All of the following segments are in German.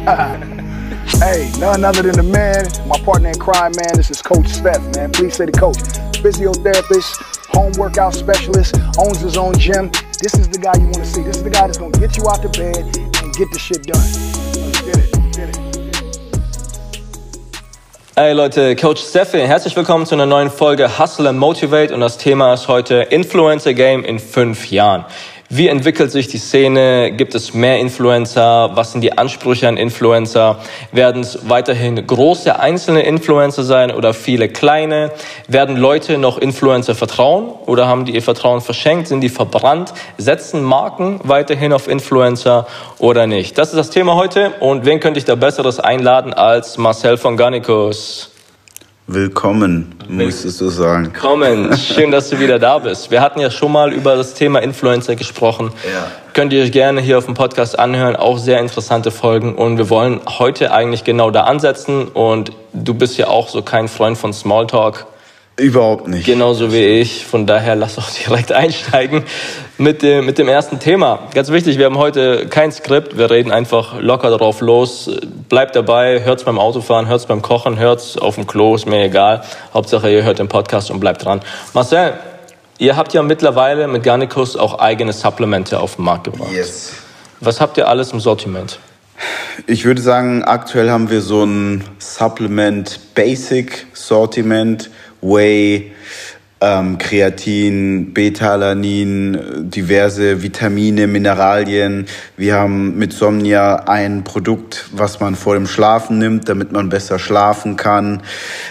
Hey, none other than the man, my partner in crime, man. This is Coach Steph, man. Please say the coach. Physiotherapist, home workout specialist, owns his own gym. This is the guy you want to see. This is the guy that's going to get you out the bed and get the shit done. Let's get it. Hey Leute, Coach Steffi, herzlich willkommen zu einer neuen Folge Hustle and Motivate und das Thema ist heute Influencer Game in 5 Jahren. Wie entwickelt sich die Szene? Gibt es mehr Influencer? Was sind die Ansprüche an Influencer? Werden es weiterhin große einzelne Influencer sein oder viele kleine? Werden Leute noch Influencer vertrauen oder haben die ihr Vertrauen verschenkt? Sind die verbrannt? Setzen Marken weiterhin auf Influencer oder nicht? Das ist das Thema heute und wen könnte ich da Besseres einladen als Marcel von Garnicus? Willkommen, musstest du sagen. Willkommen, schön, dass du wieder da bist. Wir hatten ja schon mal über das Thema Influencer gesprochen. Ja. Könnt ihr euch gerne hier auf dem Podcast anhören, auch sehr interessante Folgen. Und wir wollen heute eigentlich genau da ansetzen. Und du bist ja auch so kein Freund von Smalltalk. Überhaupt nicht. Genauso wie ich. Von daher lass auch direkt einsteigen mit dem ersten Thema. Ganz wichtig, wir haben heute kein Skript. Wir reden einfach locker drauf los. Bleibt dabei, hört's beim Autofahren, hört's beim Kochen, hört's auf dem Klo, ist mir egal. Hauptsache ihr hört den Podcast und bleibt dran. Marcel, ihr habt ja mittlerweile mit Garnicus auch eigene Supplemente auf den Markt gebracht. Yes. Was habt ihr alles im Sortiment? Ich würde sagen, aktuell haben wir so ein Supplement-Basic-Sortiment, Whey, Kreatin, Beta-Alanin, diverse Vitamine, Mineralien. Wir haben mit Somnia ein Produkt, was man vor dem Schlafen nimmt, damit man besser schlafen kann.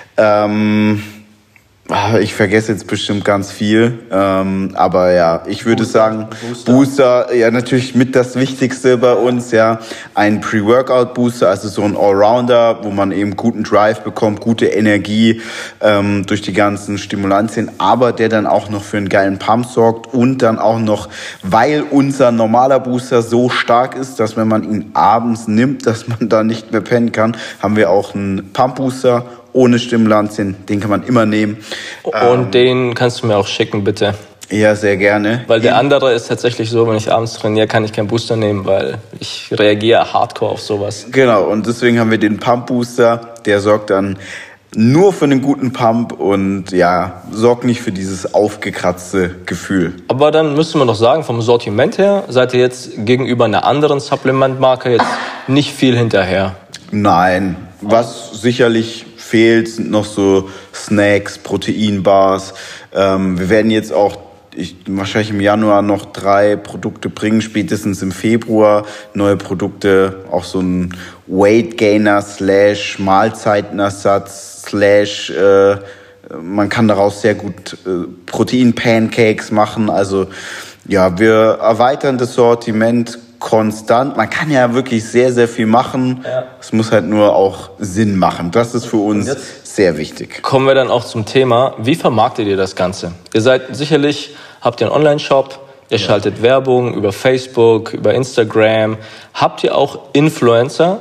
Ich vergesse jetzt bestimmt ganz viel, aber ja, ich würde sagen, Booster, ja natürlich mit das Wichtigste bei uns, ja, ein Pre-Workout-Booster, also so ein Allrounder, wo man eben guten Drive bekommt, gute Energie durch die ganzen Stimulantien, aber der dann auch noch für einen geilen Pump sorgt und dann auch noch, weil unser normaler Booster so stark ist, dass wenn man ihn abends nimmt, dass man da nicht mehr pennen kann, haben wir auch einen Pump-Booster ohne Stimulantien, den kann man immer nehmen. Und den kannst du mir auch schicken, bitte. Ja, sehr gerne. Weil der andere ist tatsächlich so, wenn ich abends trainiere, kann ich keinen Booster nehmen, weil ich reagiere hardcore auf sowas. Genau, und deswegen haben wir den Pump-Booster, der sorgt dann nur für einen guten Pump und ja, sorgt nicht für dieses aufgekratzte Gefühl. Aber dann müsste man doch sagen, vom Sortiment her seid ihr jetzt gegenüber einer anderen Supplementmarke jetzt nicht viel hinterher. Nein, was sicherlich fehlt, sind noch so Snacks, Proteinbars. Wir werden jetzt auch wahrscheinlich im Januar noch 3 Produkte bringen, spätestens im Februar neue Produkte, auch so ein Weight Gainer / Mahlzeitenersatz / man kann daraus sehr gut Protein-Pancakes machen. Also ja, wir erweitern das Sortiment konstant. Man kann ja wirklich sehr, sehr viel machen. Ja. Es muss halt nur auch Sinn machen. Das ist für uns sehr wichtig. Kommen wir dann auch zum Thema, wie vermarktet ihr das Ganze? Ihr seid sicherlich, habt ihr einen Online-Shop, ihr schaltet Werbung über Facebook, über Instagram. Habt ihr auch Influencer?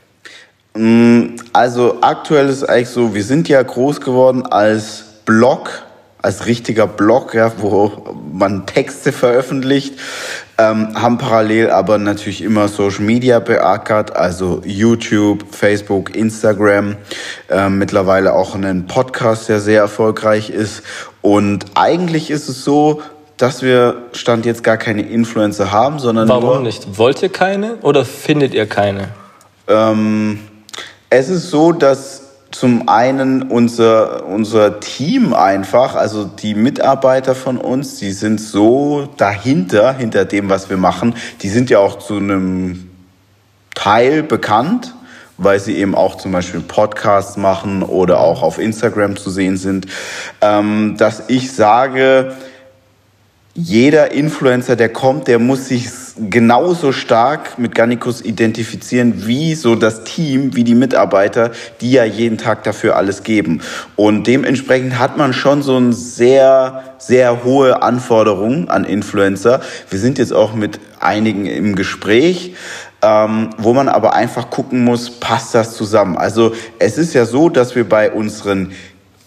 Also aktuell ist eigentlich so, wir sind ja groß geworden als Blog, als richtiger Blog, ja, wo man Texte veröffentlicht, haben parallel aber natürlich immer Social Media beackert, also YouTube, Facebook, Instagram, mittlerweile auch einen Podcast, der sehr erfolgreich ist. Und eigentlich ist es so, dass wir Stand jetzt gar keine Influencer haben, sondern Warum nicht? Wollt ihr keine oder findet ihr keine? Es ist so, dass zum einen unser Team einfach, also die Mitarbeiter von uns, die sind so hinter dem, was wir machen. Die sind ja auch zu einem Teil bekannt, weil sie eben auch zum Beispiel Podcasts machen oder auch auf Instagram zu sehen sind, dass ich sage, jeder Influencer, der kommt, der muss sich genauso stark mit Garnicus identifizieren wie so das Team, wie die Mitarbeiter, die ja jeden Tag dafür alles geben. Und dementsprechend hat man schon so eine sehr, sehr hohe Anforderungen an Influencer. Wir sind jetzt auch mit einigen im Gespräch, wo man aber einfach gucken muss, passt das zusammen? Also es ist ja so, dass wir bei unseren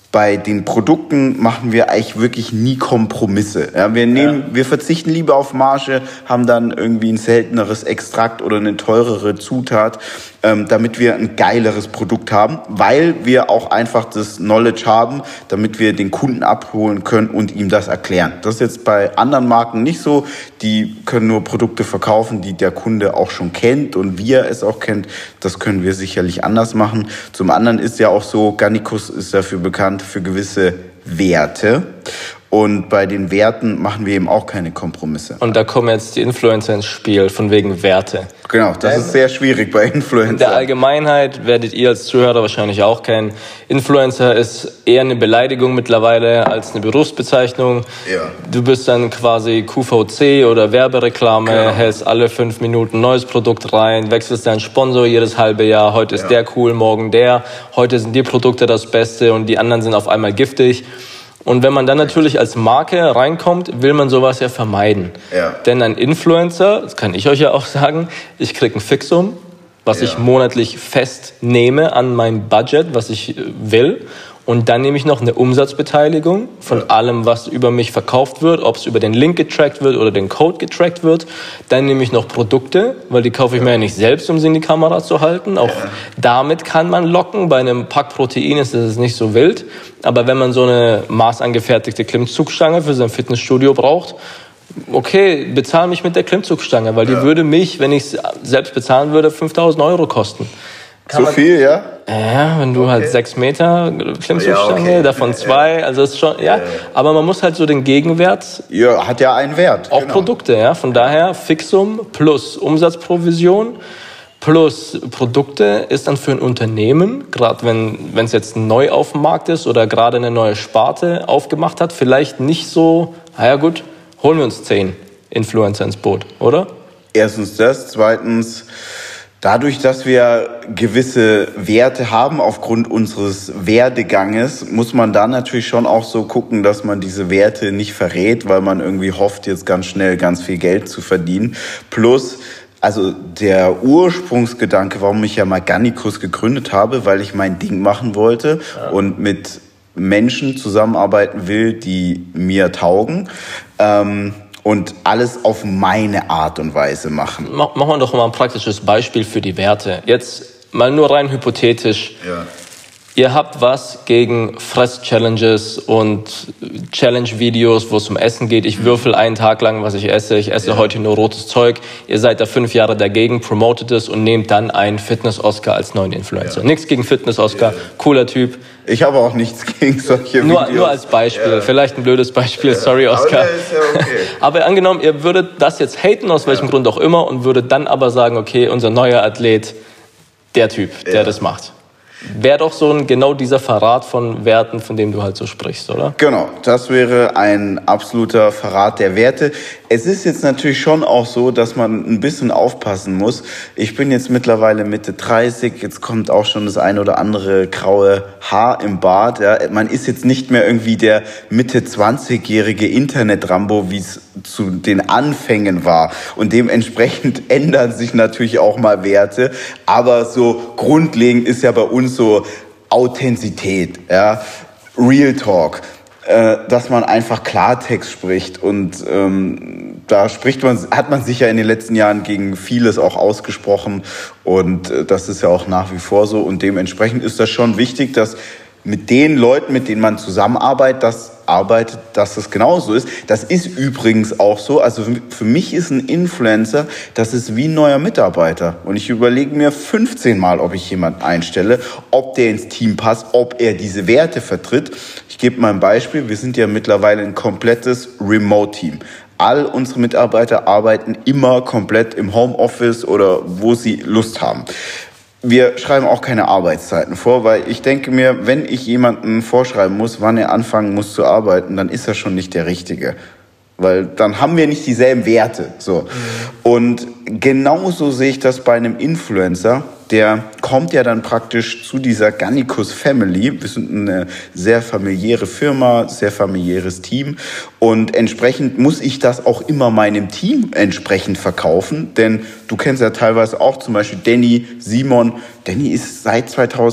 bei den Produkten machen wir eigentlich wirklich nie Kompromisse. Ja, wir verzichten lieber auf Marge, haben dann irgendwie ein selteneres Extrakt oder eine teurere Zutat, damit wir ein geileres Produkt haben, weil wir auch einfach das Knowledge haben, damit wir den Kunden abholen können und ihm das erklären. Das ist jetzt bei anderen Marken nicht so. Die können nur Produkte verkaufen, die der Kunde auch schon kennt und wie er es auch kennt. Das können wir sicherlich anders machen. Zum anderen ist ja auch so, Gannikus ist dafür bekannt, für gewisse Werte. Und bei den Werten machen wir eben auch keine Kompromisse. Und da kommen jetzt die Influencer ins Spiel, von wegen Werte. Genau, das ist sehr schwierig bei Influencern. In der Allgemeinheit werdet ihr als Zuhörer wahrscheinlich auch kennen. Influencer ist eher eine Beleidigung mittlerweile als eine Berufsbezeichnung. Ja. Du bist dann quasi QVC oder Werbereklame, hältst alle 5 Minuten ein neues Produkt rein, wechselst deinen Sponsor jedes halbe Jahr. Heute ist der cool, morgen der. Heute sind die Produkte das Beste und die anderen sind auf einmal giftig. Und wenn man dann natürlich als Marke reinkommt, will man sowas ja vermeiden. Ja. Denn ein Influencer, das kann ich euch ja auch sagen, ich kriege ein Fixum, was ich monatlich festnehme an mein Budget, was ich will. Und dann nehme ich noch eine Umsatzbeteiligung von allem, was über mich verkauft wird, ob es über den Link getrackt wird oder den Code getrackt wird. Dann nehme ich noch Produkte, weil die kaufe ich mir ja nicht selbst, um sie in die Kamera zu halten. Auch damit kann man locken. Bei einem Pack Protein ist es nicht so wild. Aber wenn man so eine maßangefertigte Klimmzugstange für sein Fitnessstudio braucht, okay, bezahl mich mit der Klimmzugstange, weil die würde mich, wenn ich es selbst bezahlen würde, 5.000 € kosten. So viel, ja? Ja, wenn du halt 6 Meter Klimmzugstange, davon 2, also ist schon, aber man muss halt so den Gegenwert. Ja, hat ja einen Wert. Auch Produkte, ja. Von daher Fixum plus Umsatzprovision plus Produkte ist dann für ein Unternehmen, gerade wenn es jetzt neu auf dem Markt ist oder gerade eine neue Sparte aufgemacht hat, vielleicht nicht so, naja gut, holen wir uns 10 Influencer ins Boot, oder? Erstens das, zweitens, dadurch, dass wir gewisse Werte haben aufgrund unseres Werdeganges, muss man dann natürlich schon auch so gucken, dass man diese Werte nicht verrät, weil man irgendwie hofft, jetzt ganz schnell ganz viel Geld zu verdienen. Plus, also der Ursprungsgedanke, warum ich ja mal Gannikus gegründet habe, weil ich mein Ding machen wollte und mit Menschen zusammenarbeiten will, die mir taugen. Und alles auf meine Art und Weise machen. Machen wir doch mal ein praktisches Beispiel für die Werte. Jetzt mal nur rein hypothetisch. Ja. Ihr habt was gegen Fress-Challenges und Challenge-Videos, wo es um Essen geht. Ich würfel einen Tag lang, was ich esse. Ich esse heute nur rotes Zeug. Ihr seid da 5 Jahre dagegen, promotet es und nehmt dann einen Fitness-Oscar als neuen Influencer. Nichts gegen Fitness-Oscar, cooler Typ. Ich habe auch nichts gegen solche Videos. Nur als Beispiel, vielleicht ein blödes Beispiel, sorry Oscar. Aber, ist ja okay. Aber angenommen, ihr würdet das jetzt haten, aus welchem Grund auch immer, und würdet dann aber sagen, okay, unser neuer Athlet, der Typ, der das macht. Wäre doch so genau dieser Verrat von Werten, von dem du halt so sprichst, oder? Genau, das wäre ein absoluter Verrat der Werte. Es ist jetzt natürlich schon auch so, dass man ein bisschen aufpassen muss. Ich bin jetzt mittlerweile Mitte 30, jetzt kommt auch schon das ein oder andere graue Haar im Bart. Ja. Man ist jetzt nicht mehr irgendwie der Mitte 20-jährige Internet-Rambo, wie es zu den Anfängen war. Und dementsprechend ändern sich natürlich auch mal Werte. Aber so grundlegend ist ja bei uns so Authentizität, ja, Real Talk, dass man einfach Klartext spricht und da hat man sich ja in den letzten Jahren gegen vieles auch ausgesprochen und das ist ja auch nach wie vor so und dementsprechend ist das schon wichtig, dass mit den Leuten, mit denen man zusammenarbeitet, dass das genauso ist. Das ist übrigens auch so. Also für mich ist ein Influencer, das ist wie ein neuer Mitarbeiter. Und ich überlege mir 15 Mal, ob ich jemanden einstelle, ob der ins Team passt, ob er diese Werte vertritt. Ich gebe mal ein Beispiel. Wir sind ja mittlerweile ein komplettes Remote-Team. All unsere Mitarbeiter arbeiten immer komplett im Homeoffice oder wo sie Lust haben. Wir schreiben auch keine Arbeitszeiten vor, weil ich denke mir, wenn ich jemanden vorschreiben muss, wann er anfangen muss zu arbeiten, dann ist er schon nicht der Richtige. Weil dann haben wir nicht dieselben Werte. So. Und genauso sehe ich das bei einem Influencer, der kommt ja dann praktisch zu dieser Gannikus Family. Wir sind eine sehr familiäre Firma, sehr familiäres Team und entsprechend muss ich das auch immer meinem Team entsprechend verkaufen, denn du kennst ja teilweise auch zum Beispiel Danny, Simon. Danny ist seit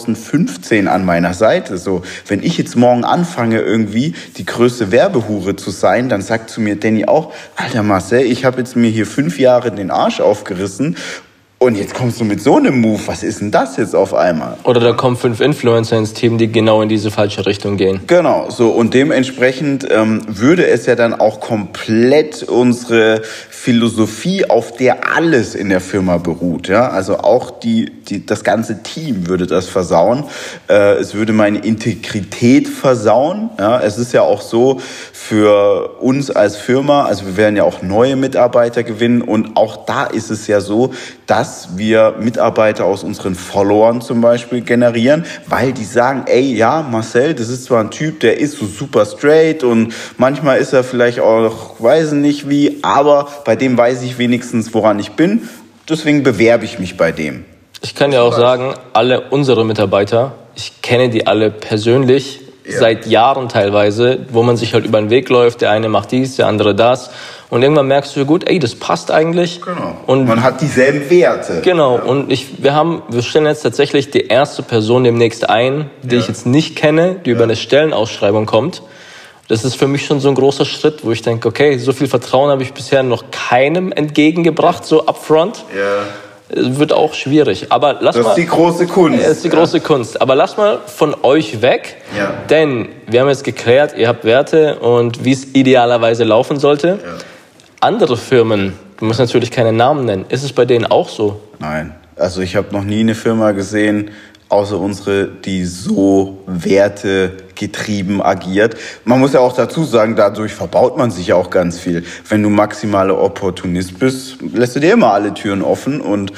2015 an meiner Seite. So, wenn ich jetzt morgen anfange, irgendwie die größte Werbehure zu sein, dann sagt zu mir Danny auch, Alter Marcel, ich habe jetzt mir hier 5 Jahre den Arsch aufgerissen und jetzt kommst du mit so einem Move. Was ist denn das jetzt auf einmal? Oder da kommen 5 Influencer ins Team, die genau in diese falsche Richtung gehen. Genau, so und dementsprechend würde es ja dann auch komplett unsere Philosophie, auf der alles in der Firma beruht, ja, also auch das ganze Team würde das versauen. Es würde meine Integrität versauen. Ja, es ist ja auch so für uns als Firma, also wir werden ja auch neue Mitarbeiter gewinnen und auch da ist es ja so, dass wir Mitarbeiter aus unseren Followern zum Beispiel generieren, weil die sagen, ey, ja, Marcel, das ist zwar ein Typ, der ist so super straight und manchmal ist er vielleicht auch, weiß nicht wie, aber bei dem weiß ich wenigstens, woran ich bin, deswegen bewerbe ich mich bei dem. Ich kann ja auch sagen, alle unsere Mitarbeiter, ich kenne die alle persönlich, seit Jahren teilweise, wo man sich halt über den Weg läuft, der eine macht dies, der andere das und irgendwann merkst du, gut, ey, das passt eigentlich. Genau. Und man hat dieselben Werte. Genau, ja. Und wir stellen jetzt tatsächlich die erste Person demnächst ein, die ich jetzt nicht kenne, die über eine Stellenausschreibung kommt. Das ist für mich schon so ein großer Schritt, wo ich denke, okay, so viel Vertrauen habe ich bisher noch keinem entgegengebracht, so upfront. Ja. Wird auch schwierig. Aber das ist die große Kunst. Das ist die große Kunst. Aber lass mal von euch weg, denn wir haben jetzt geklärt, ihr habt Werte und wie es idealerweise laufen sollte. Ja. Andere Firmen, du musst natürlich keine Namen nennen, ist es bei denen auch so? Nein, also ich habe noch nie eine Firma gesehen, außer unsere, die so wertegetrieben agiert. Man muss ja auch dazu sagen, dadurch verbaut man sich ja auch ganz viel. Wenn du maximaler Opportunist bist, lässt du dir immer alle Türen offen und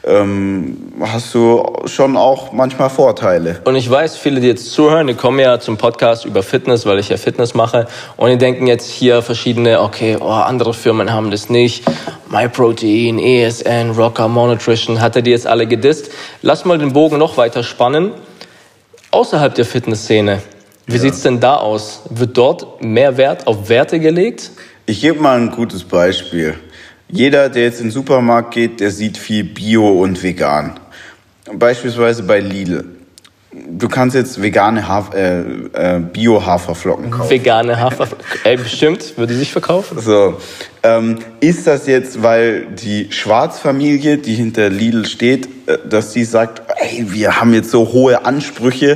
hast du schon auch manchmal Vorteile. Und ich weiß, viele, die jetzt zuhören, die kommen ja zum Podcast über Fitness, weil ich ja Fitness mache und die denken jetzt hier verschiedene, okay, andere Firmen haben das nicht. MyProtein, ESN, Rocker, Monotrition, hat er die jetzt alle gedisst? Lass mal den Bogen noch weiter spannen. Außerhalb der Fitnessszene, wie sieht's denn da aus? Wird dort mehr Wert auf Werte gelegt? Ich gebe mal ein gutes Beispiel. Jeder, der jetzt in den Supermarkt geht, der sieht viel Bio und vegan. Beispielsweise bei Lidl. Du kannst jetzt vegane Bio-Haferflocken kaufen. Vegane Haferflocken, bestimmt, würde sich verkaufen. So, ist das jetzt, weil die Schwarzfamilie, die hinter Lidl steht, dass sie sagt, ey, wir haben jetzt so hohe Ansprüche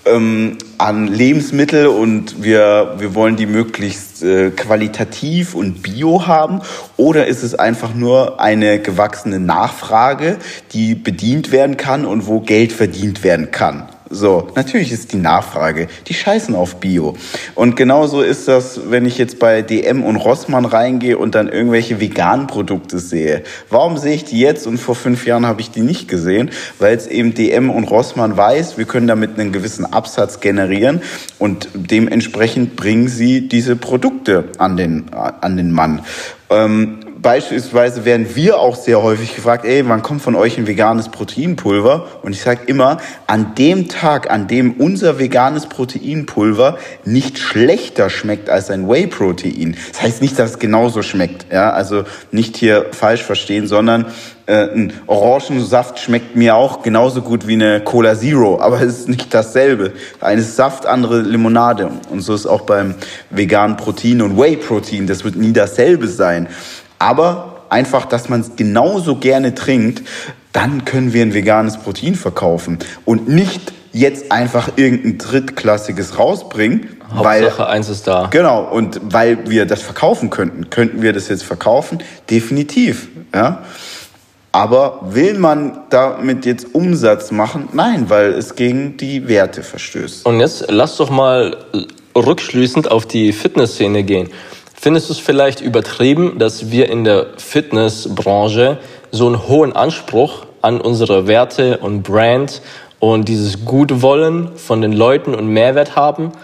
an Lebensmittel und wir wollen die möglichst qualitativ und bio haben? Oder ist es einfach nur eine gewachsene Nachfrage, die bedient werden kann und wo Geld verdient werden kann? So, natürlich ist die Nachfrage, die scheißen auf Bio. Und genauso ist das, wenn ich jetzt bei DM und Rossmann reingehe und dann irgendwelche veganen Produkte sehe. Warum sehe ich die jetzt und vor 5 Jahren habe ich die nicht gesehen? Weil es eben DM und Rossmann weiß, wir können damit einen gewissen Absatz generieren und dementsprechend bringen sie diese Produkte an den Mann. Beispielsweise werden wir auch sehr häufig gefragt, ey, wann kommt von euch ein veganes Proteinpulver? Und ich sage immer, an dem Tag, an dem unser veganes Proteinpulver nicht schlechter schmeckt als ein Whey-Protein. Das heißt nicht, dass es genauso schmeckt, ja, also nicht hier falsch verstehen, sondern ein Orangensaft schmeckt mir auch genauso gut wie eine Cola Zero, aber es ist nicht dasselbe. Eine ist Saft, andere Limonade. Und so ist auch beim veganen Protein und Whey-Protein. Das wird nie dasselbe sein. Aber einfach, dass man es genauso gerne trinkt, dann können wir ein veganes Protein verkaufen. Und nicht jetzt einfach irgendein drittklassiges rausbringen. Hauptsache eins ist da. Genau, und weil wir das verkaufen könnten. Könnten wir das jetzt verkaufen? Definitiv, ja. Aber will man damit jetzt Umsatz machen? Nein, weil es gegen die Werte verstößt. Und jetzt lass doch mal rückschließend auf die Fitnessszene gehen. Findest du es vielleicht übertrieben, dass wir in der Fitnessbranche so einen hohen Anspruch an unsere Werte und Brand und dieses Gutwollen von den Leuten und Mehrwert haben,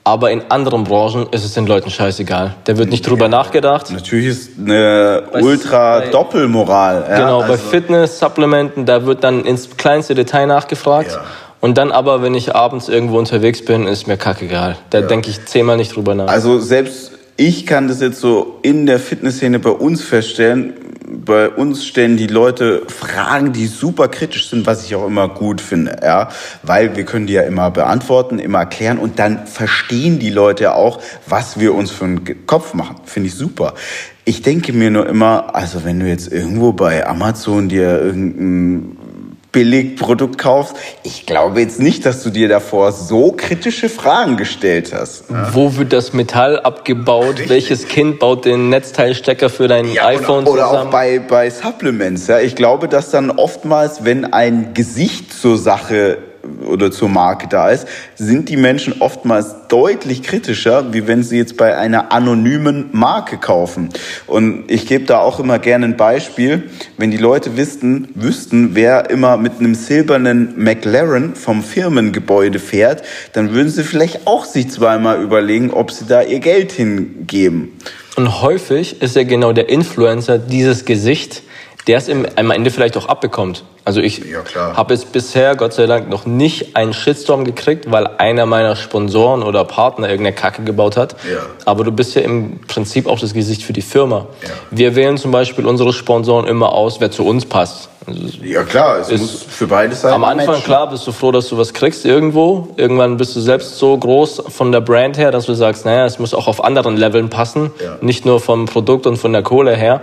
aber in anderen Branchen ist es den Leuten scheißegal. Da wird nicht drüber nachgedacht. Natürlich ist eine Ultra-Doppelmoral. Ja, genau, bei Fitness-Supplementen, da wird dann ins kleinste Detail nachgefragt. Ja. Und dann aber, wenn ich abends irgendwo unterwegs bin, ist mir kackegal. Da denke ich 10-mal nicht drüber nach. Also selbst ich kann das jetzt so in der Fitnessszene bei uns feststellen. Bei uns stellen die Leute Fragen, die super kritisch sind, was ich auch immer gut finde, ja, weil wir können die ja immer beantworten, immer erklären und dann verstehen die Leute auch, was wir uns für einen Kopf machen. Finde ich super. Ich denke mir nur immer, also wenn du jetzt irgendwo bei Amazon dir irgendein Billigprodukt kaufst, ich glaube jetzt nicht, dass du dir davor so kritische Fragen gestellt hast. Ja? Wo wird das Metall abgebaut? Richtig. Welches Kind baut den Netzteilstecker für dein iPhone oder zusammen? Oder auch bei Supplements. Ja? Ich glaube, dass dann oftmals, wenn ein Gesicht zur Sache oder zur Marke da ist, sind die Menschen oftmals deutlich kritischer, wie wenn sie jetzt bei einer anonymen Marke kaufen. Und ich gebe da auch immer gerne ein Beispiel. Wenn die Leute wüssten, wer immer mit einem silbernen McLaren vom Firmengebäude fährt, dann würden sie vielleicht auch sich zweimal überlegen, ob sie da ihr Geld hingeben. Und häufig ist ja genau der Influencer dieses Gesicht, der es am Ende vielleicht auch abbekommt. Also ich habe jetzt bisher, Gott sei Dank, noch nicht einen Shitstorm gekriegt, weil einer meiner Sponsoren oder Partner irgendeine Kacke gebaut hat. Ja. Aber du bist ja im Prinzip auch das Gesicht für die Firma. Ja. Wir wählen zum Beispiel unsere Sponsoren immer aus, wer zu uns passt. Also ja klar, es muss für beide Seiten am Anfang matchen. Klar, bist du froh, dass du was kriegst irgendwo. Irgendwann bist du selbst so groß von der Brand her, dass du sagst, naja, es muss auch auf anderen Leveln passen. Ja. Nicht nur vom Produkt und von der Kohle her.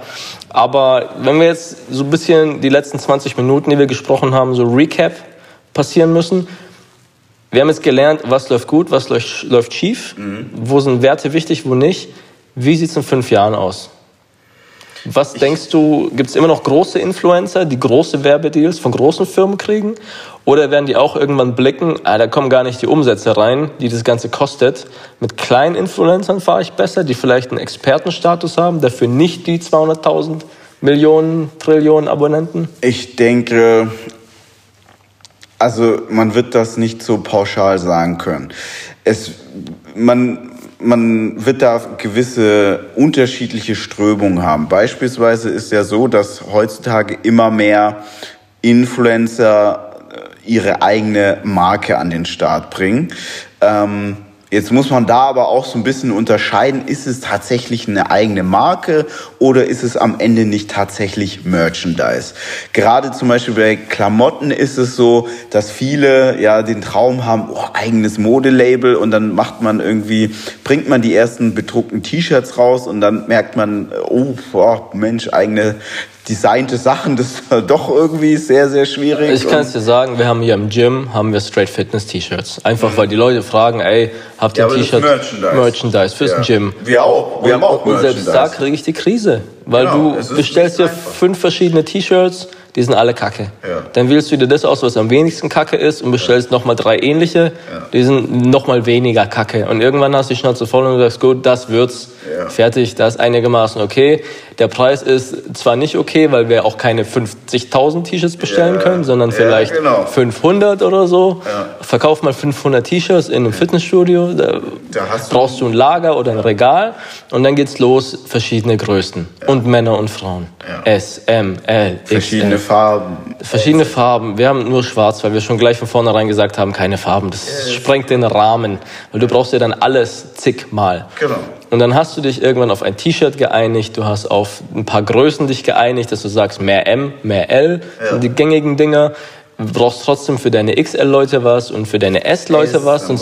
Aber wenn wir jetzt so ein bisschen die letzten 20 Minuten, die wir gesprochen haben, so Recap passieren müssen. Wir haben jetzt gelernt, was läuft gut, was läuft schief, wo sind Werte wichtig, wo nicht. Wie sieht es in 5 Jahren aus? Was denkst du, gibt es immer noch große Influencer, die große Werbedeals von großen Firmen kriegen? Oder werden die auch irgendwann blicken, da kommen gar nicht die Umsätze rein, die das Ganze kostet. Mit kleinen Influencern fahre ich besser, die vielleicht einen Expertenstatus haben, dafür nicht die 200.000 Millionen, Trillionen Abonnenten? Ich denke, also man wird das nicht so pauschal sagen können. Man wird da gewisse unterschiedliche Strömungen haben. Beispielsweise ist ja so, dass heutzutage immer mehr Influencer ihre eigene Marke an den Start bringen. Jetzt muss man da aber auch so ein bisschen unterscheiden, ist es tatsächlich eine eigene Marke oder ist es am Ende nicht tatsächlich Merchandise? Gerade zum Beispiel bei Klamotten ist es so, dass viele ja den Traum haben, eigenes Modelabel und dann bringt man die ersten bedruckten T-Shirts raus und dann merkt man, Mensch, eigene designte Sachen, das ist doch irgendwie sehr, sehr schwierig. Ich kann es dir sagen, wir haben hier im Gym Straight Fitness T-Shirts. Einfach, weil die Leute fragen, habt ihr T-Shirt? Merchandise fürs Gym. Wir auch. Wir haben auch Merchandise. Und selbst da kriege ich die Krise. Weil du bestellst dir 5 verschiedene T-Shirts, die sind alle kacke. Ja. Dann wählst du dir das aus, was am wenigsten kacke ist und bestellst nochmal 3 ähnliche, die sind nochmal weniger kacke. Und irgendwann hast du die Schnauze voll und du sagst, gut, das wird's. Fertig, das ist einigermaßen okay. Der Preis ist zwar nicht okay, weil wir auch keine 50.000 T-Shirts bestellen können, sondern vielleicht 500 oder so. Ja. Verkauf mal 500 T-Shirts in einem Fitnessstudio, da brauchst du ein Lager oder ein Regal und dann geht's los, verschiedene Größen. Und Männer und Frauen. Ja. S, M, L, XL. Verschiedene Farben. Verschiedene Farben. Wir haben nur schwarz, weil wir schon gleich von vornherein gesagt haben, keine Farben. Das sprengt den Rahmen. Weil du brauchst ja dann alles zigmal. Genau. Und dann hast du dich irgendwann auf ein T-Shirt geeinigt, du hast auf ein paar Größen dich geeinigt, dass du sagst, mehr M, mehr L, sind die gängigen Dinger. Du brauchst trotzdem für deine XL-Leute was und für deine S-Leute was, sonst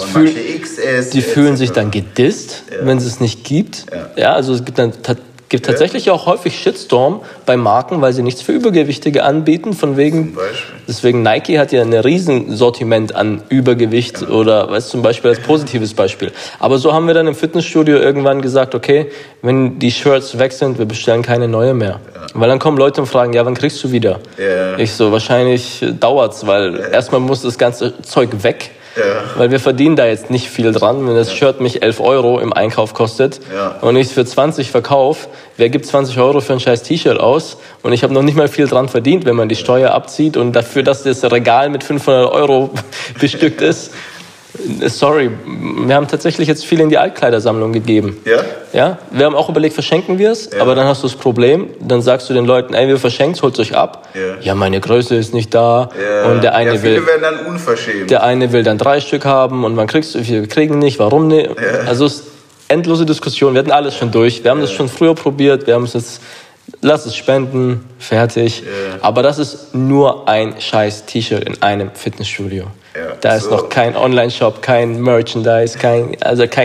fühlen sich dann gedisst, wenn es es nicht gibt. Ja, also es gibt tatsächlich auch häufig Shitstorm bei Marken, weil sie nichts für Übergewichtige anbieten, deswegen Nike hat ja ein Riesensortiment an Übergewicht oder zum Beispiel als positives Beispiel. Aber so haben wir dann im Fitnessstudio irgendwann gesagt, okay, wenn die Shirts weg sind, wir bestellen keine neue mehr. Weil dann kommen Leute und fragen, wann kriegst du wieder? Ich so, wahrscheinlich dauert's, weil erstmal muss das ganze Zeug weg. Weil wir verdienen da jetzt nicht viel dran. Wenn das Shirt mich 11 € im Einkauf kostet und ich es für 20 verkaufe, wer gibt 20 € für ein scheiß T-Shirt aus? Und ich habe noch nicht mal viel dran verdient, wenn man die Steuer abzieht und dafür, dass das Regal mit 500 € bestückt ist. Sorry, wir haben tatsächlich jetzt viel in die Altkleidersammlung gegeben. Ja? Ja, wir haben auch überlegt, verschenken wir es, aber dann hast du das Problem, dann sagst du den Leuten, ey, wir verschenken es, holt euch ab. Ja, meine Größe ist nicht da. Und der eine viele werden dann unverschämt. Der eine will dann 3 Stück haben und man kriegst, wir kriegen nicht, warum nicht? Also es ist endlose Diskussion, wir hatten alles schon durch, wir haben das schon früher probiert, wir haben es jetzt, lass es spenden, fertig. Aber das ist nur ein scheiß T-Shirt in einem Fitnessstudio. Da ist noch kein Online-Shop, kein Merchandise, kein,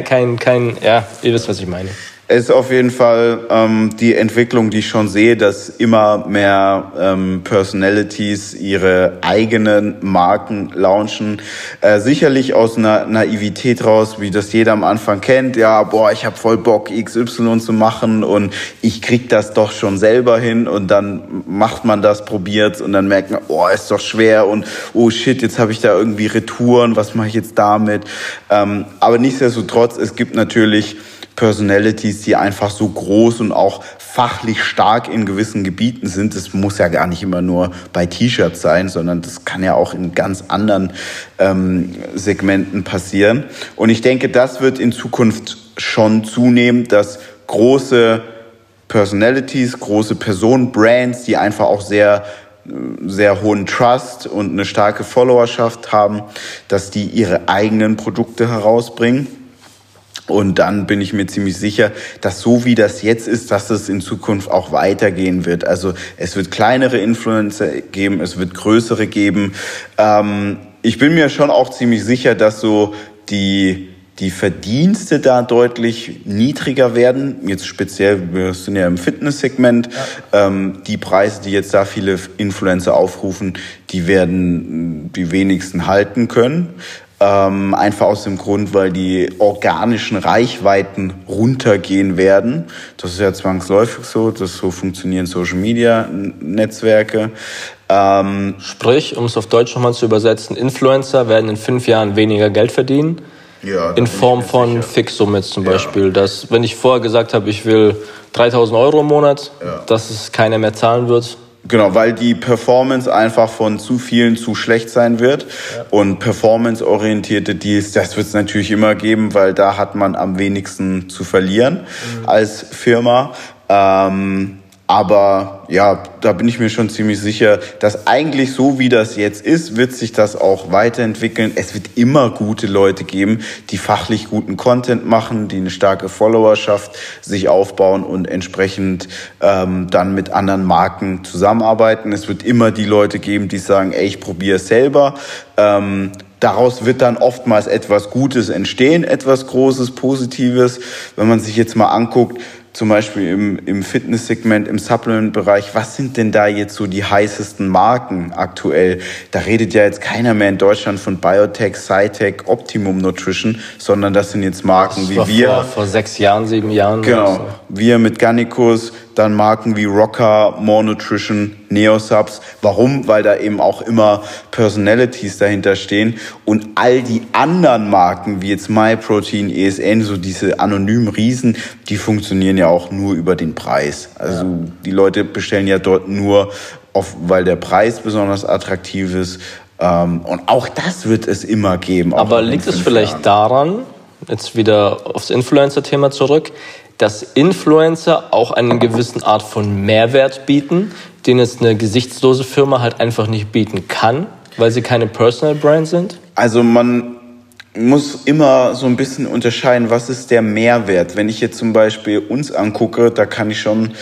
ja, ihr wisst, was ich meine. Es ist auf jeden Fall die Entwicklung, die ich schon sehe, dass immer mehr Personalities ihre eigenen Marken launchen. Sicherlich aus einer Naivität raus, wie das jeder am Anfang kennt. Ja, ich habe voll Bock, XY zu machen und ich krieg das doch schon selber hin. Und dann macht man das, probiert's und dann merkt man, ist doch schwer und oh shit, jetzt habe ich da irgendwie Retouren, was mache ich jetzt damit? Aber nichtsdestotrotz, es gibt natürlich Personalities, die einfach so groß und auch fachlich stark in gewissen Gebieten sind. Das muss ja gar nicht immer nur bei T-Shirts sein, sondern das kann ja auch in ganz anderen Segmenten passieren. Und ich denke, das wird in Zukunft schon zunehmen, dass große Personalities, große Personen, Brands, die einfach auch sehr hohen Trust und eine starke Followerschaft haben, dass die ihre eigenen Produkte herausbringen. Und dann bin ich mir ziemlich sicher, dass so wie das jetzt ist, dass es in Zukunft auch weitergehen wird. Also es wird kleinere Influencer geben, es wird größere geben. Ich bin mir schon auch ziemlich sicher, dass so die Verdienste da deutlich niedriger werden. Jetzt speziell, wir sind ja im Fitnesssegment. Die Preise, die jetzt da viele Influencer aufrufen, die werden die wenigsten halten können. Einfach aus dem Grund, weil die organischen Reichweiten runtergehen werden. Das ist ja zwangsläufig so, so funktionieren Social-Media-Netzwerke. Sprich, um es auf Deutsch nochmal zu übersetzen, Influencer werden in 5 Jahren weniger Geld verdienen. Ja, in Form von Fixsumme jetzt zum Beispiel. Dass, wenn ich vorher gesagt habe, ich will 3.000 Euro im Monat, dass es keiner mehr zahlen wird. Genau, weil die Performance einfach von zu vielen zu schlecht sein wird. Und performanceorientierte Deals, das wird es natürlich immer geben, weil da hat man am wenigsten zu verlieren als Firma. Aber ja, da bin ich mir schon ziemlich sicher, dass eigentlich so wie das jetzt ist, wird sich das auch weiterentwickeln. Es wird immer gute Leute geben, die fachlich guten Content machen, die eine starke Followerschaft sich aufbauen und entsprechend dann mit anderen Marken zusammenarbeiten. Es wird immer die Leute geben, die sagen, ey, ich probiere es selber. Daraus wird dann oftmals etwas Gutes entstehen, etwas Großes, Positives. Wenn man sich jetzt mal anguckt, zum Beispiel im Fitnesssegment, im Supplement-Bereich, was sind denn da jetzt so die heißesten Marken aktuell? Da redet ja jetzt keiner mehr in Deutschland von Biotech, Cytec, Optimum Nutrition, sondern das sind jetzt Marken wie wir. Vor 6 Jahren, 7 Jahren. Genau, so. Wir mit Gannicus, dann Marken wie Rocker, More Nutrition, Neosubs. Warum? Weil da eben auch immer Personalities dahinter stehen. Und all die anderen Marken, wie jetzt MyProtein, ESN, so diese anonymen Riesen, die funktionieren ja auch nur über den Preis. Also die Leute bestellen ja dort nur, weil der Preis besonders attraktiv ist. Und auch das wird es immer geben. Aber liegt es vielleicht daran, jetzt wieder aufs Influencer-Thema zurück, dass Influencer auch eine gewisse Art von Mehrwert bieten, den jetzt eine gesichtslose Firma halt einfach nicht bieten kann, weil sie keine Personal Brand sind? Also man muss immer so ein bisschen unterscheiden, was ist der Mehrwert. Wenn ich jetzt zum Beispiel uns angucke, da kann ich schon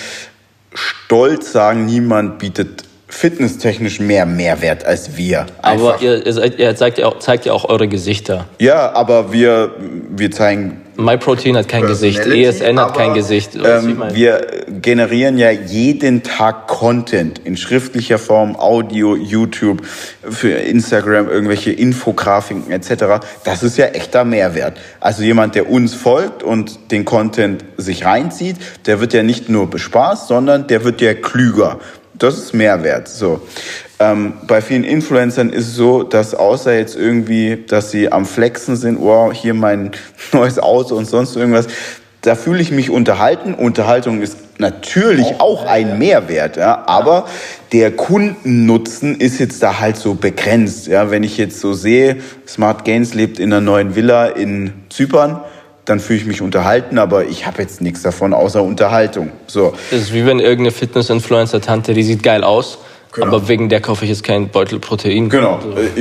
stolz sagen, niemand bietet fitnesstechnisch mehr Mehrwert als wir. Einfach. Aber ihr zeigt ja auch eure Gesichter. Ja, aber wir zeigen... MyProtein hat kein Gesicht, ESN hat kein Gesicht. Wir generieren ja jeden Tag Content in schriftlicher Form, Audio, YouTube, für Instagram, irgendwelche Infografiken etc. Das ist ja echter Mehrwert. Also jemand, der uns folgt und den Content sich reinzieht, der wird ja nicht nur bespaßt, sondern der wird ja klüger. Das ist Mehrwert. So. Bei vielen Influencern ist es so, dass außer jetzt irgendwie, dass sie am Flexen sind, wow, hier mein neues Auto und sonst irgendwas, Da fühle ich mich unterhalten. Unterhaltung ist natürlich auch ein Mehrwert, ja, aber der Kundennutzen ist jetzt da halt so begrenzt. Ja. Wenn ich jetzt so sehe, Smart Gains lebt in einer neuen Villa in Zypern, dann fühle ich mich unterhalten, aber ich habe jetzt nichts davon außer Unterhaltung. So. Das ist wie wenn irgendeine Fitness-Influencer-Tante, die sieht geil aus, genau. Aber wegen der kaufe ich jetzt keinen Beutel Protein. Genau.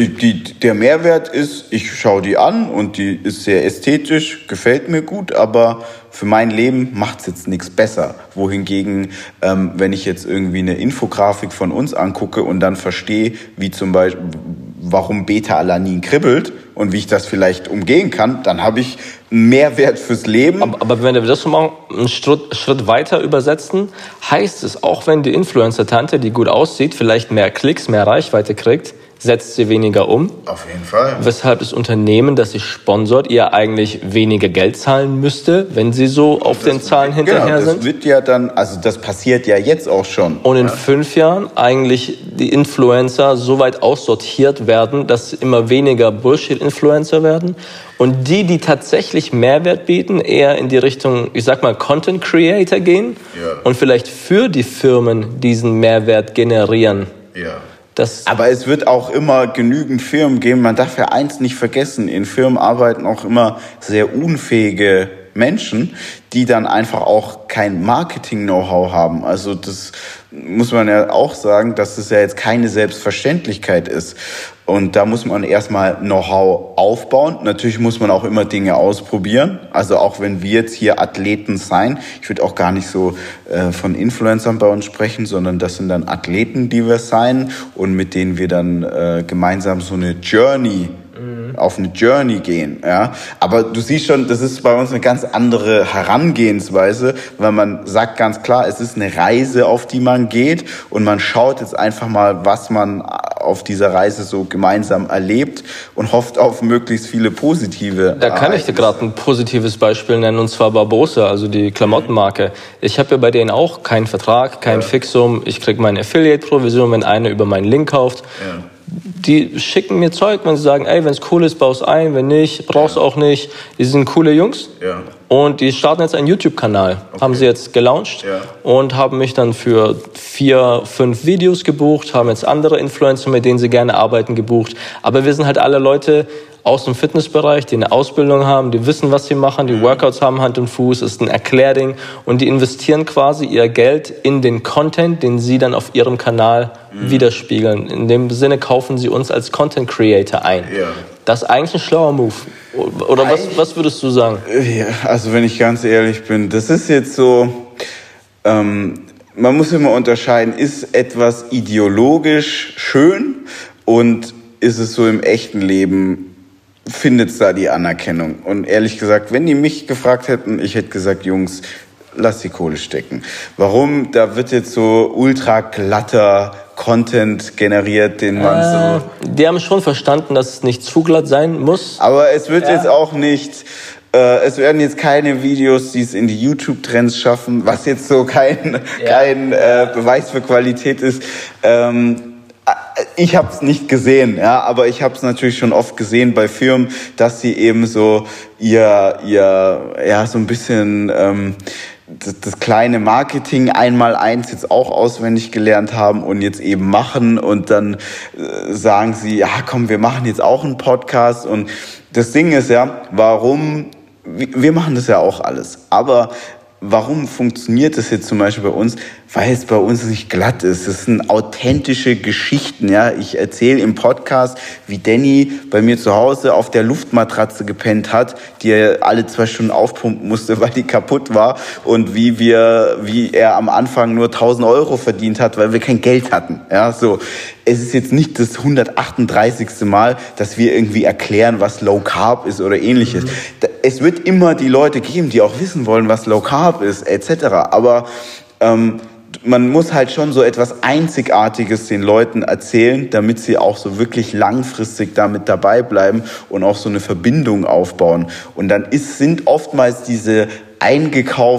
Der Mehrwert ist, ich schaue die an und die ist sehr ästhetisch, gefällt mir gut, aber für mein Leben macht es jetzt nichts besser. Wohingegen, wenn ich jetzt irgendwie eine Infografik von uns angucke und dann verstehe, wie zum Beispiel, warum Beta-Alanin kribbelt und wie ich das vielleicht umgehen kann, dann habe ich einen Mehrwert fürs Leben. Aber wenn wir das mal einen Schritt weiter übersetzen, heißt es, auch wenn die Influencer-Tante, die gut aussieht, vielleicht mehr Klicks, mehr Reichweite kriegt, setzt sie weniger um. Auf jeden Fall. Weshalb das Unternehmen, das sie sponsort, ihr eigentlich weniger Geld zahlen müsste, wenn sie so auf den Zahlen hinterher sind. Das wird ja dann, also das passiert ja jetzt auch schon. Und in 5 Jahren eigentlich die Influencer so weit aussortiert werden, dass immer weniger Bullshit-Influencer werden. Und die tatsächlich Mehrwert bieten, eher in die Richtung, ich sag mal, Content Creator gehen und vielleicht für die Firmen diesen Mehrwert generieren. Ja. Aber es wird auch immer genügend Firmen geben. Man darf ja eins nicht vergessen, in Firmen arbeiten auch immer sehr unfähige Menschen, die dann einfach auch kein Marketing-Know-how haben. Also das muss man ja auch sagen, dass das ja jetzt keine Selbstverständlichkeit ist. Und da muss man erstmal Know-how aufbauen. Natürlich muss man auch immer Dinge ausprobieren. Also auch wenn wir jetzt hier Athleten sein, ich würde auch gar nicht so von Influencern bei uns sprechen, sondern das sind dann Athleten, die wir sein und mit denen wir dann gemeinsam so eine Journey auf eine Journey gehen, ja. Aber du siehst schon, das ist bei uns eine ganz andere Herangehensweise, weil man sagt ganz klar, es ist eine Reise, auf die man geht und man schaut jetzt einfach mal, was man auf dieser Reise so gemeinsam erlebt und hofft auf möglichst viele positive Da kann ich dir gerade ein positives Beispiel nennen, und zwar Barbosa, also die Klamottenmarke. Ich habe ja bei denen auch keinen Vertrag, kein Fixum. Ich kriege meine Affiliate-Provision, wenn einer über meinen Link kauft. Ja. Die schicken mir Zeug, wenn sie sagen, ey, wenn es cool ist, baust ein, wenn nicht, brauchst du auch nicht. Die sind coole Jungs. Ja. Und die starten jetzt einen YouTube-Kanal. Okay. Haben sie jetzt gelauncht und haben mich dann für 4, 5 Videos gebucht, haben jetzt andere Influencer, mit denen sie gerne arbeiten, gebucht. Aber wir sind halt alle Leute aus dem Fitnessbereich, die eine Ausbildung haben, die wissen, was sie machen, die Workouts haben Hand und Fuß, ist ein Erklärding und die investieren quasi ihr Geld in den Content, den sie dann auf ihrem Kanal widerspiegeln. In dem Sinne kaufen sie uns als Content Creator ein. Ja. Das ist eigentlich ein schlauer Move. Oder was würdest du sagen? Ja, also wenn ich ganz ehrlich bin, das ist jetzt so, man muss immer unterscheiden, ist etwas ideologisch schön und ist es so im echten Leben, findet es da die Anerkennung? Und ehrlich gesagt, wenn die mich gefragt hätten, ich hätte gesagt, Jungs, lass die Kohle stecken. Warum? Da wird jetzt so ultra glatter Content generiert, den man so... Die haben schon verstanden, dass es nicht zu glatt sein muss. Aber es wird jetzt auch nicht... es werden jetzt keine Videos, die es in die YouTube-Trends schaffen, was jetzt so kein Beweis für Qualität ist. Ich habe es nicht gesehen, ja, aber ich habe es natürlich schon oft gesehen bei Firmen, dass sie eben so so ein bisschen das kleine Marketing 1x1 jetzt auch auswendig gelernt haben und jetzt eben machen und dann sagen sie, ja komm, wir machen jetzt auch einen Podcast und das Ding ist ja, wir machen das ja auch alles, aber warum funktioniert das jetzt zum Beispiel bei uns? Weil es bei uns nicht glatt ist. Das sind authentische Geschichten. Ja, ich erzähle im Podcast, wie Danny bei mir zu Hause auf der Luftmatratze gepennt hat, die er alle 2 Stunden aufpumpen musste, weil die kaputt war, und wie er am Anfang nur 1.000 Euro verdient hat, weil wir kein Geld hatten. Ja, so. Es ist jetzt nicht das 138. Mal, dass wir irgendwie erklären, was Low Carb ist oder ähnliches. Es wird immer die Leute geben, die auch wissen wollen, was Low Carb ist, etc. Aber man muss halt schon so etwas Einzigartiges den Leuten erzählen, damit sie auch so wirklich langfristig damit dabei bleiben und auch so eine Verbindung aufbauen. Und dann sind oftmals diese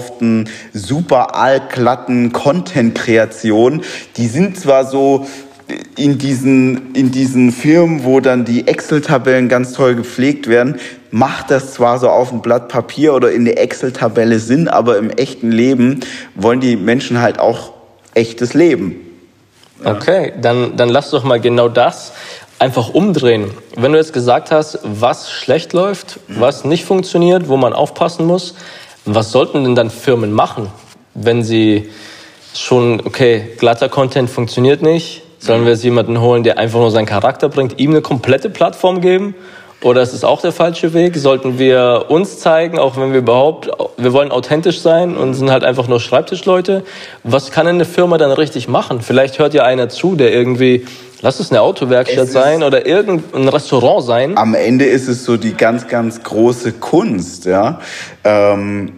eingekauften, super allglatten Content-Kreationen, die sind zwar so, in diesen Firmen, wo dann die Excel-Tabellen ganz toll gepflegt werden, macht das zwar so auf dem Blatt Papier oder in der Excel-Tabelle Sinn, aber im echten Leben wollen die Menschen halt auch echtes Leben. Ja. Okay, dann lass doch mal genau das einfach umdrehen. Wenn du jetzt gesagt hast, was schlecht läuft, was nicht funktioniert, wo man aufpassen muss, was sollten denn dann Firmen machen, wenn sie schon, okay, glatter Content funktioniert nicht, sollen wir jetzt jemanden holen, der einfach nur seinen Charakter bringt, ihm eine komplette Plattform geben? Oder ist es auch der falsche Weg? Sollten wir uns zeigen, auch wenn wir wir wollen authentisch sein und sind halt einfach nur Schreibtischleute? Was kann eine Firma dann richtig machen? Vielleicht hört ja einer zu, der irgendwie, lass es eine Autowerkstatt sein oder irgendein Restaurant sein. Am Ende ist es so die ganz, ganz große Kunst, ja. Wenn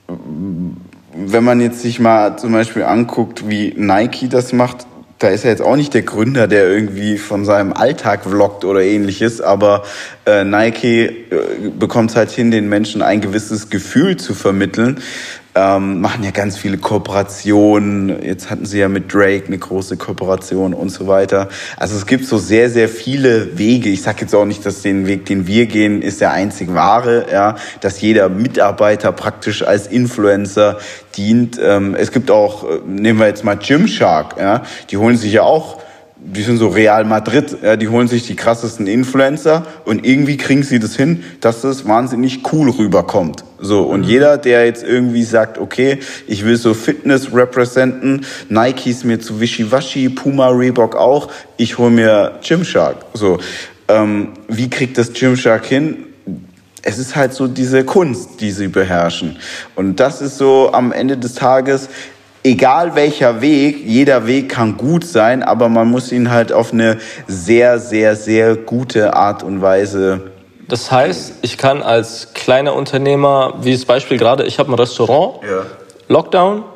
man jetzt sich mal zum Beispiel anguckt, wie Nike das macht, da ist er jetzt auch nicht der Gründer, der irgendwie von seinem Alltag vloggt oder ähnliches, aber Nike bekommt es halt hin, den Menschen ein gewisses Gefühl zu vermitteln. Machen ja ganz viele Kooperationen. Jetzt hatten sie ja mit Drake eine große Kooperation und so weiter. Also es gibt so sehr, sehr viele Wege. Ich sage jetzt auch nicht, dass den Weg, den wir gehen, ist der einzig wahre, ja, dass jeder Mitarbeiter praktisch als Influencer dient. Es gibt auch, nehmen wir jetzt mal Gymshark, ja, die holen sich ja auch, die sind so Real Madrid, ja, die holen sich die krassesten Influencer und irgendwie kriegen sie das hin, dass das wahnsinnig cool rüberkommt. So, und jeder, der jetzt irgendwie sagt, okay, ich will so Fitness representen, Nike ist mir zu wischiwaschi, Puma, Reebok auch, ich hol mir Gymshark. So, wie kriegt das Gymshark hin? Es ist halt so diese Kunst, die sie beherrschen. Und das ist so am Ende des Tages, egal welcher Weg, jeder Weg kann gut sein, aber man muss ihn halt auf eine sehr, sehr, sehr gute Art und Weise. Das heißt, ich kann als kleiner Unternehmer, wie das Beispiel gerade, ich habe ein Restaurant, ja. Lockdown,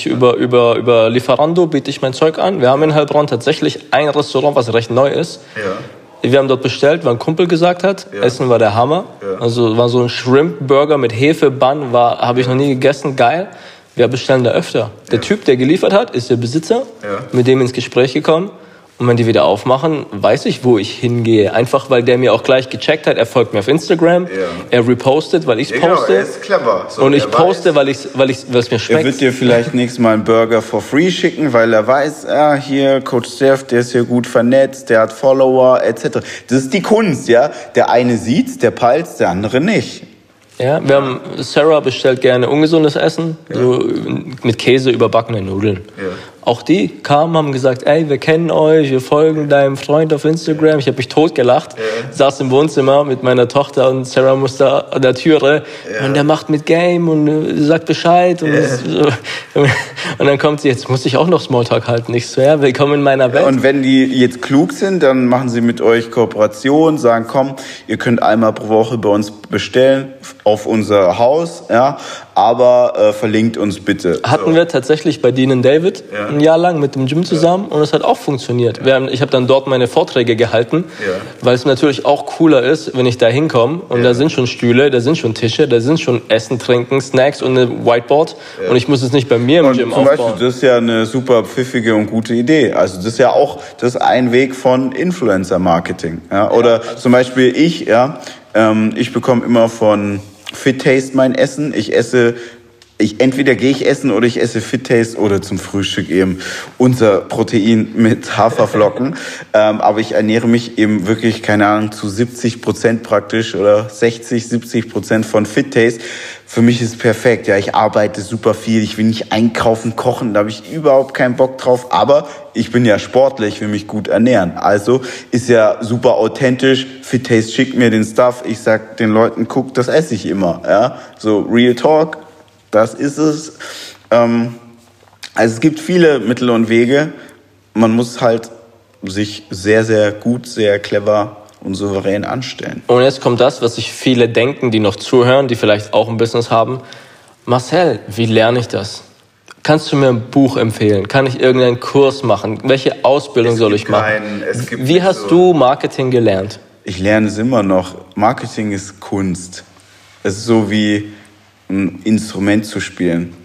über Lieferando biete ich mein Zeug an. Wir haben in Heilbronn tatsächlich ein Restaurant, was recht neu ist. Ja. Wir haben dort bestellt, weil ein Kumpel gesagt hat, ja. Essen war der Hammer. Ja. Also war so ein Shrimp-Burger mit Hefe-Bun, habe ich noch nie gegessen, geil. Wir bestellen da öfter. Der Typ, der geliefert hat, ist der Besitzer, mit dem ins Gespräch gekommen. Und wenn die wieder aufmachen, weiß ich, wo ich hingehe. Einfach, weil der mir auch gleich gecheckt hat. Er folgt mir auf Instagram. Ja. Er repostet, weil ich es poste. Genau, er ist clever. So, und ich poste, weil es mir schmeckt. Er wird dir vielleicht nächstes Mal einen Burger for free schicken, weil er weiß, hier, Coach Steph, der ist hier gut vernetzt, der hat Follower, etc. Das ist die Kunst, ja. Der eine sieht's, der peilt's, der andere nicht. Ja, Sarah bestellt gerne ungesundes Essen, so mit Käse überbackene Nudeln. Ja. Auch die kamen, haben gesagt, ey, wir kennen euch, wir folgen deinem Freund auf Instagram. Ich habe mich totgelacht, saß im Wohnzimmer mit meiner Tochter und Sarah musste an der Türe und der macht mit Game und sagt Bescheid. Und, und dann kommt sie, jetzt muss ich auch noch Smalltalk halten. Ich so, ja, willkommen in meiner Welt. Und wenn die jetzt klug sind, dann machen sie mit euch Kooperation, sagen, komm, ihr könnt einmal pro Woche bei uns bestellen auf unser Haus, ja, aber verlinkt uns bitte. Hatten wir tatsächlich bei Dean David ein Jahr lang mit dem Gym zusammen und es hat auch funktioniert. Ich habe dann dort meine Vorträge gehalten, weil es natürlich auch cooler ist, wenn ich da hinkomme und da sind schon Stühle, da sind schon Tische, da sind schon Essen, Trinken, Snacks und eine Whiteboard und ich muss es nicht bei mir im Gym aufbauen. Zum Beispiel, das ist ja eine super pfiffige und gute Idee. Also das ist ja auch ein Weg von Influencer-Marketing. Ja? Oder zum Beispiel ich bekomme immer von Fit Taste mein Essen. Entweder gehe ich essen oder ich esse Fit Taste oder zum Frühstück eben unser Protein mit Haferflocken. Aber ich ernähre mich eben wirklich, keine Ahnung, zu 70% praktisch oder 60-70% von Fit Taste. Für mich ist es perfekt. Ja, ich arbeite super viel. Ich will nicht einkaufen, kochen. Da habe ich überhaupt keinen Bock drauf. Aber ich bin ja Sportler. Ich will mich gut ernähren. Also ist ja super authentisch. Fit Taste schickt mir den Stuff. Ich sag den Leuten, guck, das esse ich immer. Ja, so Real Talk. Das ist es. Also es gibt viele Mittel und Wege. Man muss halt sich sehr, sehr gut, sehr clever und souverän anstellen. Und jetzt kommt das, was sich viele denken, die noch zuhören, die vielleicht auch ein Business haben. Marcel, wie lerne ich das? Kannst du mir ein Buch empfehlen? Kann ich irgendeinen Kurs machen? Welche Ausbildung soll ich machen? Wie hast du Marketing gelernt? Ich lerne es immer noch. Marketing ist Kunst. Es ist so wie ein Instrument zu spielen.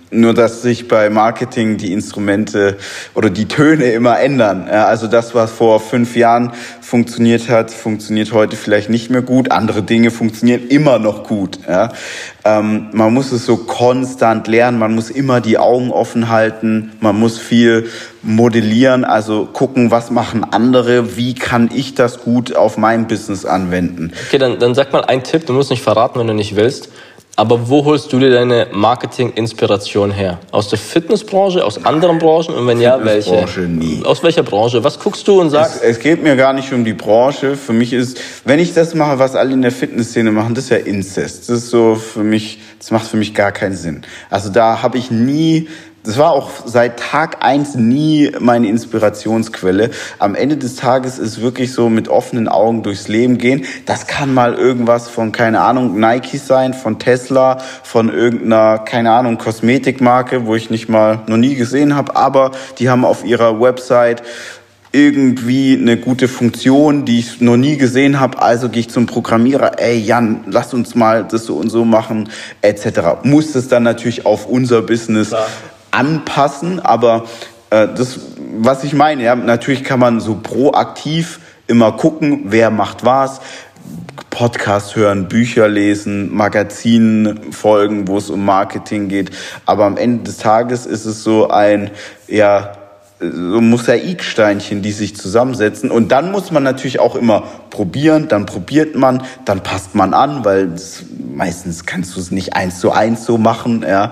Nur, dass sich bei Marketing die Instrumente oder die Töne immer ändern. Ja, also das, was vor 5 Jahren funktioniert hat, funktioniert heute vielleicht nicht mehr gut. Andere Dinge funktionieren immer noch gut. Ja. Man muss es so konstant lernen. Man muss immer die Augen offen halten. Man muss viel modellieren, also gucken, was machen andere, wie kann ich das gut auf mein Business anwenden. Okay, dann sag mal einen Tipp, du musst nicht verraten, wenn du nicht willst. Aber wo holst du dir deine Marketing-Inspiration her? Aus der Fitnessbranche, aus anderen Branchen? Und wenn ja, welche? Fitnessbranche nie. Aus welcher Branche? Was guckst du und sagst? Es geht mir gar nicht um die Branche. Für mich ist, wenn ich das mache, was alle in der Fitnessszene machen, das ist ja Inzest. Das ist so für mich, das macht für mich gar keinen Sinn. Also da habe ich nie... Das war auch seit Tag 1 nie meine Inspirationsquelle. Am Ende des Tages ist wirklich so mit offenen Augen durchs Leben gehen. Das kann mal irgendwas von, keine Ahnung, Nike sein, von Tesla, von irgendeiner, keine Ahnung, Kosmetikmarke, wo ich noch nie gesehen habe. Aber die haben auf ihrer Website irgendwie eine gute Funktion, die ich noch nie gesehen habe. Also gehe ich zum Programmierer, ey Jan, lass uns mal das so und so machen, etc. Muss es dann natürlich auf unser Business anpassen, aber das, was ich meine, ja, natürlich kann man so proaktiv immer gucken, wer macht was, Podcast hören, Bücher lesen, Magazinen folgen, wo es um Marketing geht, aber am Ende des Tages ist es so ein, ja, so Mosaiksteinchen, die sich zusammensetzen, und dann muss man natürlich auch immer probieren, dann probiert man, dann passt man an, weil meistens kannst du es nicht 1:1 so machen, ja.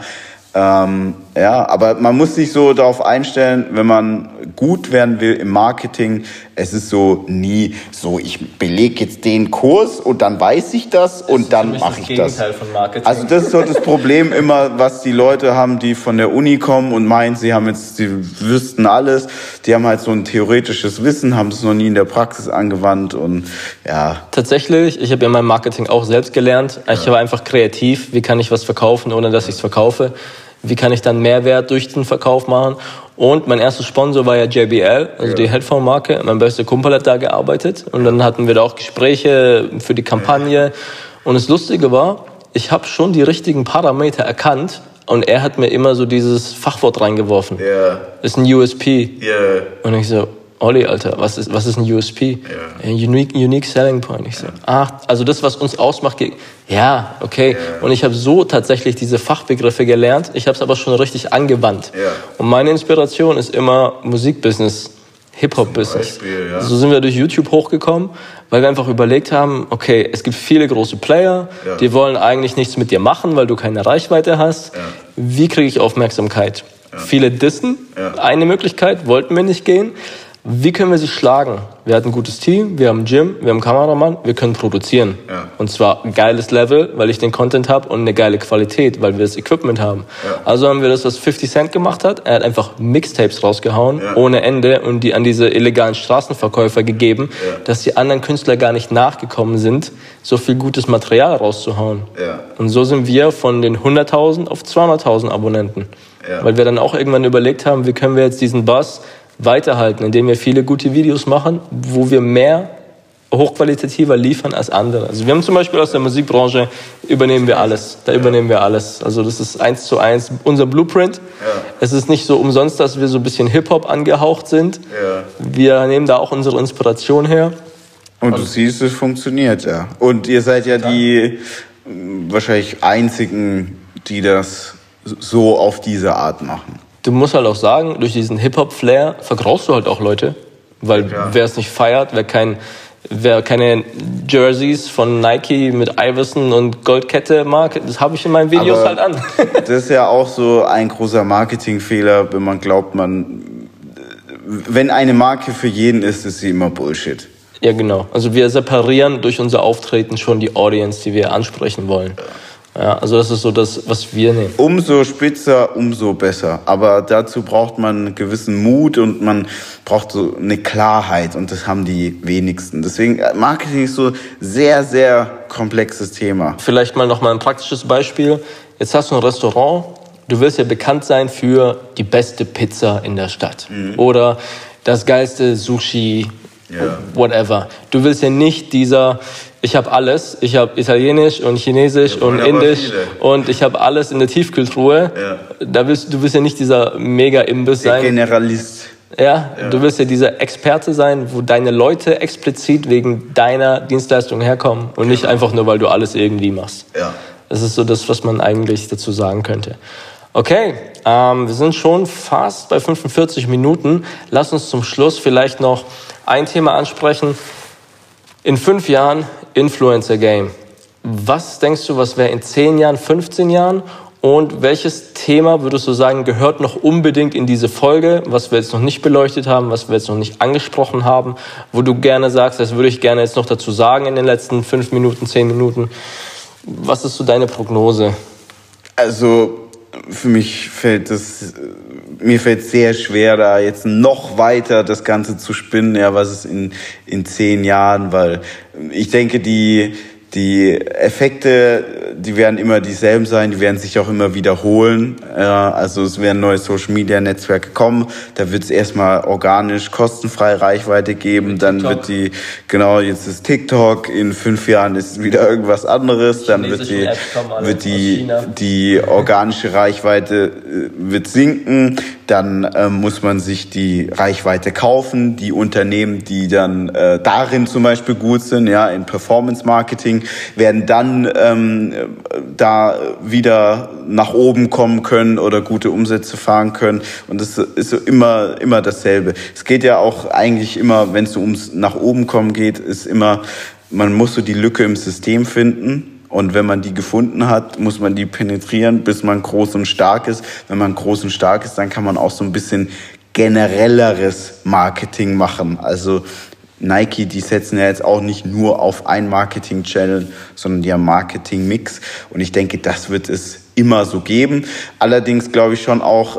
Ja, aber man muss sich so darauf einstellen, wenn man gut werden will im Marketing, es ist so nie so, ich belege jetzt den Kurs und dann weiß ich das und dann mache ich das. Von Marketing. Also das ist so das Problem immer, was die Leute haben, die von der Uni kommen und meinen, sie wüssten alles. Die haben halt so ein theoretisches Wissen, haben es noch nie in der Praxis angewandt und ja. Tatsächlich, ich habe ja mein Marketing auch selbst gelernt. Ich war einfach kreativ. Wie kann ich was verkaufen, ohne dass ich es verkaufe? Wie kann ich dann Mehrwert durch den Verkauf machen? Und mein erster Sponsor war ja JBL, also die Headphone-Marke. Mein bester Kumpel hat da gearbeitet. Und dann hatten wir da auch Gespräche für die Kampagne. Und das Lustige war, ich habe schon die richtigen Parameter erkannt. Und er hat mir immer so dieses Fachwort reingeworfen. Das ist ein USP. Und ich so, Olli, Alter, was ist ein USP? Unique Selling Point. Ich so, also das, was uns ausmacht, ja, okay. Und ich habe so tatsächlich diese Fachbegriffe gelernt. Ich habe es aber schon richtig angewandt. Und meine Inspiration ist immer Musikbusiness, Hip-Hop-Business. So sind wir durch YouTube hochgekommen, weil wir einfach überlegt haben, okay, es gibt viele große Player, die wollen eigentlich nichts mit dir machen, weil du keine Reichweite hast. Wie kriege ich Aufmerksamkeit? Viele dissen. Eine Möglichkeit, wollten wir nicht gehen. Wie können wir sie schlagen? Wir hatten ein gutes Team, wir haben einen Gym, wir haben einen Kameramann, wir können produzieren. Und zwar ein geiles Level, weil ich den Content habe, und eine geile Qualität, weil wir das Equipment haben. Also haben wir das, was 50 Cent gemacht hat. Er hat einfach Mixtapes rausgehauen, ohne Ende, und die an diese illegalen Straßenverkäufer gegeben, dass die anderen Künstler gar nicht nachgekommen sind, so viel gutes Material rauszuhauen. Und so sind wir von den 100.000 auf 200.000 Abonnenten. Weil wir dann auch irgendwann überlegt haben, wie können wir jetzt diesen Buzz weiterhalten, indem wir viele gute Videos machen, wo wir mehr hochqualitativer liefern als andere. Also wir haben zum Beispiel aus der Musikbranche, übernehmen wir alles. Also das ist 1:1 unser Blueprint. Es ist nicht so umsonst, dass wir so ein bisschen Hip-Hop angehaucht sind. Wir nehmen da auch unsere Inspiration her. Und du siehst, es funktioniert, ja. Und ihr seid ja die wahrscheinlich einzigen, die das so auf diese Art machen. Du musst halt auch sagen, durch diesen Hip-Hop-Flair vergraust du halt auch Leute. Weil wer es nicht feiert, wer keine Jerseys von Nike mit Iverson und Goldkette mag, das habe ich in meinen Videos halt an. Das ist ja auch so ein großer Marketingfehler, wenn man glaubt, wenn eine Marke für jeden ist sie immer Bullshit. Ja, genau. Also wir separieren durch unser Auftreten schon die Audience, die wir ansprechen wollen. Ja, also das ist so das, was wir nehmen. Umso spitzer, umso besser. Aber dazu braucht man einen gewissen Mut und man braucht so eine Klarheit, und das haben die wenigsten. Deswegen, Marketing ist so sehr, sehr komplexes Thema. Vielleicht noch mal ein praktisches Beispiel. Jetzt hast du ein Restaurant, du willst ja bekannt sein für die beste Pizza in der Stadt. Oder das geilste Sushi whatever. Du willst ja nicht ich habe alles, ich habe Italienisch und Chinesisch und Indisch und ich habe alles in der Tiefkühltruhe. Ja. Du willst ja nicht dieser Mega-Imbiss sein. Der Generalist. Ja, du willst ja dieser Experte sein, wo deine Leute explizit wegen deiner Dienstleistung herkommen und nicht einfach nur, weil du alles irgendwie machst. Ja. Das ist so das, was man eigentlich dazu sagen könnte. Okay, wir sind schon fast bei 45 Minuten. Lass uns zum Schluss vielleicht noch ein Thema ansprechen. In 5 Jahren Influencer Game. Was denkst du, was wäre in 10 Jahren, 15 Jahren? Und welches Thema würdest du sagen, gehört noch unbedingt in diese Folge, was wir jetzt noch nicht beleuchtet haben, was wir jetzt noch nicht angesprochen haben, wo du gerne sagst, das würde ich gerne jetzt noch dazu sagen in den letzten 5 Minuten, 10 Minuten. Was ist so deine Prognose? Also für mich mir fällt sehr schwer, da jetzt noch weiter das Ganze zu spinnen, ja, was ist in 10 Jahren, weil ich denke, die Effekte, die werden immer dieselben sein, die werden sich auch immer wiederholen. Also es werden neue Social-Media-Netzwerke kommen, da wird es erstmal organisch kostenfrei Reichweite geben, dann wird jetzt ist TikTok, in 5 Jahren ist wieder irgendwas anderes, dann wird die organische Reichweite wird sinken, dann muss man sich die Reichweite kaufen, die Unternehmen, die dann darin zum Beispiel gut sind, ja, in Performance-Marketing, werden dann da wieder nach oben kommen können oder gute Umsätze fahren können. Und das ist so immer dasselbe. Es geht ja auch eigentlich immer, wenn es so ums nach oben kommen geht, ist immer, man muss so die Lücke im System finden. Und wenn man die gefunden hat, muss man die penetrieren, bis man groß und stark ist. Wenn man groß und stark ist, dann kann man auch so ein bisschen generelleres Marketing machen. Also Nike, die setzen ja jetzt auch nicht nur auf ein Marketing-Channel, sondern die haben Marketing-Mix. Und ich denke, das wird es immer so geben. Allerdings glaube ich schon auch,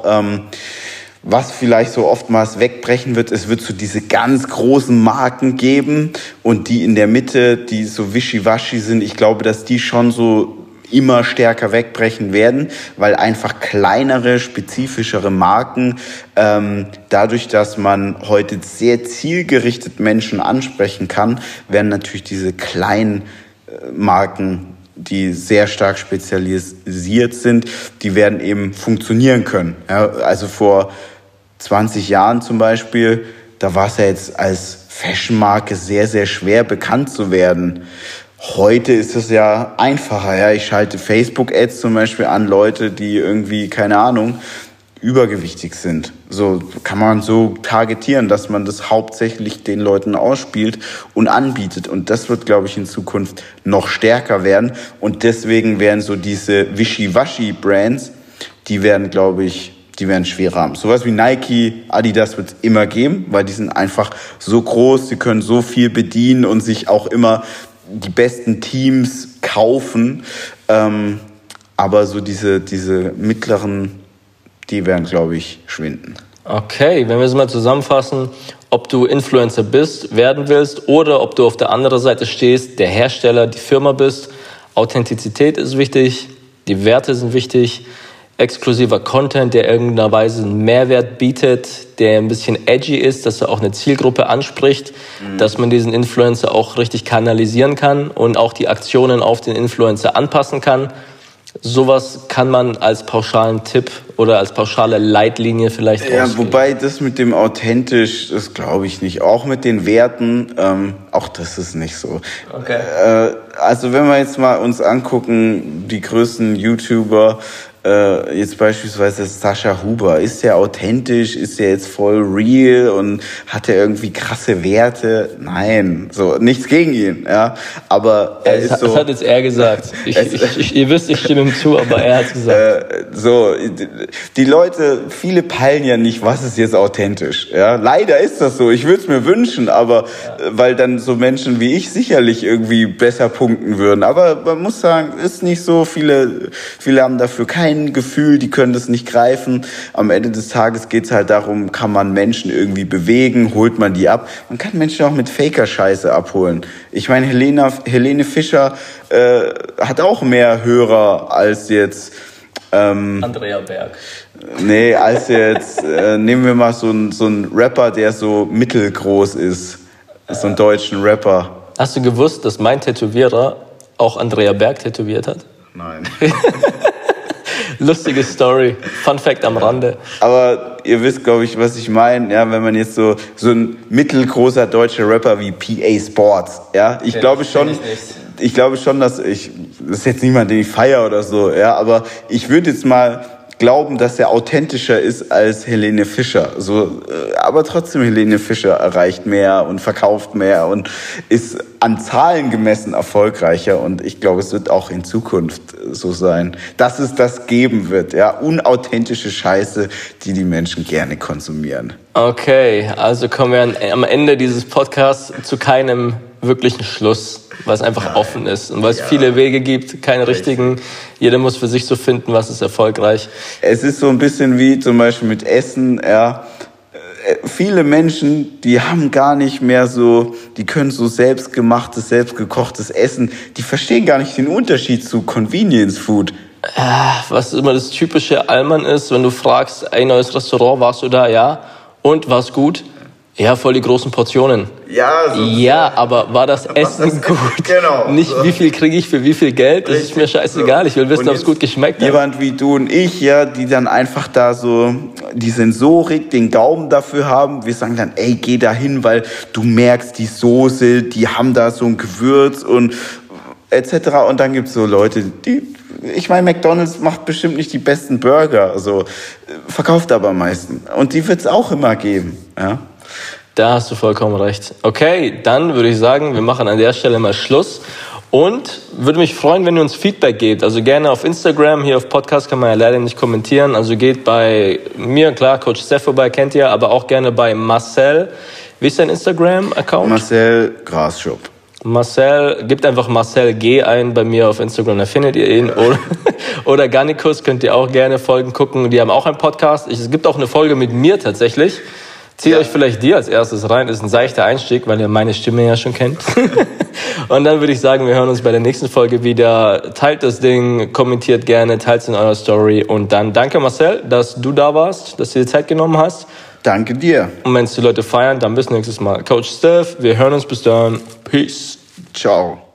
was vielleicht so oftmals wegbrechen wird, es wird so diese ganz großen Marken geben und die in der Mitte, die so wischiwaschi sind, ich glaube, dass die schon so immer stärker wegbrechen werden, weil einfach kleinere, spezifischere Marken, dadurch, dass man heute sehr zielgerichtet Menschen ansprechen kann, werden natürlich diese kleinen Marken, die sehr stark spezialisiert sind, die werden eben funktionieren können. Ja, also vor 20 Jahren zum Beispiel, da war es ja jetzt als Fashion-Marke sehr, sehr schwer bekannt zu werden. Heute ist es ja einfacher. Ja, ich schalte Facebook-Ads zum Beispiel an Leute, die irgendwie, keine Ahnung, übergewichtig sind. So kann man so targetieren, dass man das hauptsächlich den Leuten ausspielt und anbietet. Und das wird, glaube ich, in Zukunft noch stärker werden. Und deswegen werden so diese Wischiwaschi-Brands, die werden, glaube ich, die werden schwerer haben. Sowas wie Nike, Adidas wird es immer geben, weil die sind einfach so groß, die können so viel bedienen und sich auch immer die besten Teams kaufen. Aber so diese mittleren, die werden, glaube ich, schwinden. Okay, wenn wir es mal zusammenfassen, ob du Influencer bist, werden willst oder ob du auf der anderen Seite stehst, der Hersteller, die Firma bist, Authentizität ist wichtig, die Werte sind wichtig, exklusiver Content, der irgendeiner Weise einen Mehrwert bietet, der ein bisschen edgy ist, dass er auch eine Zielgruppe anspricht, dass man diesen Influencer auch richtig kanalisieren kann und auch die Aktionen auf den Influencer anpassen kann. Sowas kann man als pauschalen Tipp oder als pauschale Leitlinie vielleicht ausgeben. Ja, wobei das mit dem authentisch, das glaube ich nicht. Auch mit den Werten, auch das ist nicht so. Okay. Also wenn wir jetzt mal uns angucken, die größten YouTuber, jetzt beispielsweise Sascha Huber, ist der authentisch, ist der jetzt voll real und hat er irgendwie krasse Werte? Nein, so, nichts gegen ihn, ja, aber er ist so... Das hat jetzt er gesagt. Ihr wisst, ich stimme ihm zu, aber er hat gesagt. So, die Leute, viele peilen ja nicht, was ist jetzt authentisch, ja, leider ist das so, ich würde es mir wünschen, aber weil dann so Menschen wie ich sicherlich irgendwie besser punkten würden, aber man muss sagen, ist nicht so, viele haben dafür kein Gefühl, die können das nicht greifen. Am Ende des Tages geht es halt darum, kann man Menschen irgendwie bewegen, holt man die ab. Man kann Menschen auch mit Faker-Scheiße abholen. Ich meine, Helene Fischer hat auch mehr Hörer als jetzt Andrea Berg. Nee, als jetzt nehmen wir mal so einen Rapper, der so mittelgroß ist. So einen deutschen Rapper. Hast du gewusst, dass mein Tätowierer auch Andrea Berg tätowiert hat? Nein. Lustige Story. Fun Fact am Rande. Aber ihr wisst, glaube ich, was ich meine. Ja, wenn man jetzt so ein mittelgroßer deutscher Rapper wie PA Sports, ja, ich glaube schon, dass das ist jetzt niemand, den ich feiere oder so, ja, aber ich würde jetzt mal glauben, dass er authentischer ist als Helene Fischer. So, aber trotzdem, Helene Fischer erreicht mehr und verkauft mehr und ist an Zahlen gemessen erfolgreicher. Und ich glaube, es wird auch in Zukunft so sein, dass es das geben wird. Ja, unauthentische Scheiße, die Menschen gerne konsumieren. Okay, also kommen wir am Ende dieses Podcasts zu keinem wirklichen Schluss, weil es einfach offen ist und weil es viele Wege gibt, keine richtigen. Jeder muss für sich so finden, was ist erfolgreich. Es ist so ein bisschen wie zum Beispiel mit Essen, ja. Viele Menschen, die haben gar nicht mehr so, die können so selbstgemachtes, selbstgekochtes Essen, die verstehen gar nicht den Unterschied zu Convenience Food. Was immer das typische Allmann ist, wenn du fragst, ein neues Restaurant, warst du da? Ja. Und, war's gut? Ja, voll die großen Portionen. Ja, aber war das Essen gut? Genau. Nicht, wie viel kriege ich für wie viel Geld? Das ist mir scheißegal. Ich will wissen, ob es gut geschmeckt hat. Jemand wie du und ich, ja, die dann einfach da so die Sensorik, den Gaumen dafür haben. Wir sagen dann, ey, geh da hin, weil du merkst, die Soße, die haben da so ein Gewürz und etc. Und dann gibt's so Leute, ich meine, McDonald's macht bestimmt nicht die besten Burger, also verkauft aber am meisten. Und die wird's auch immer geben, ja. Da hast du vollkommen recht. Okay, dann würde ich sagen, wir machen an der Stelle mal Schluss. Und würde mich freuen, wenn ihr uns Feedback gebt. Also gerne auf Instagram, hier auf Podcast kann man ja leider nicht kommentieren. Also geht bei mir, klar, Coach Steph vorbei, kennt ihr, aber auch gerne bei Marcel. Wie ist dein Instagram-Account? Marcel Grasschub. Marcel, gebt einfach Marcel G ein bei mir auf Instagram, da findet ihr ihn. Oder Garnicus könnt ihr auch gerne Folgen gucken. Die haben auch einen Podcast. Es gibt auch eine Folge mit mir tatsächlich. Zieht euch vielleicht die als erstes rein. Das ist ein seichter Einstieg, weil ihr meine Stimme ja schon kennt. Und dann würde ich sagen, wir hören uns bei der nächsten Folge wieder. Teilt das Ding, kommentiert gerne, teilt es in eurer Story. Und dann danke Marcel, dass du da warst, dass du dir Zeit genommen hast. Danke dir. Und wenn es die Leute feiern, dann bis nächstes Mal. Coach Steph, wir hören uns bis dann. Peace. Ciao.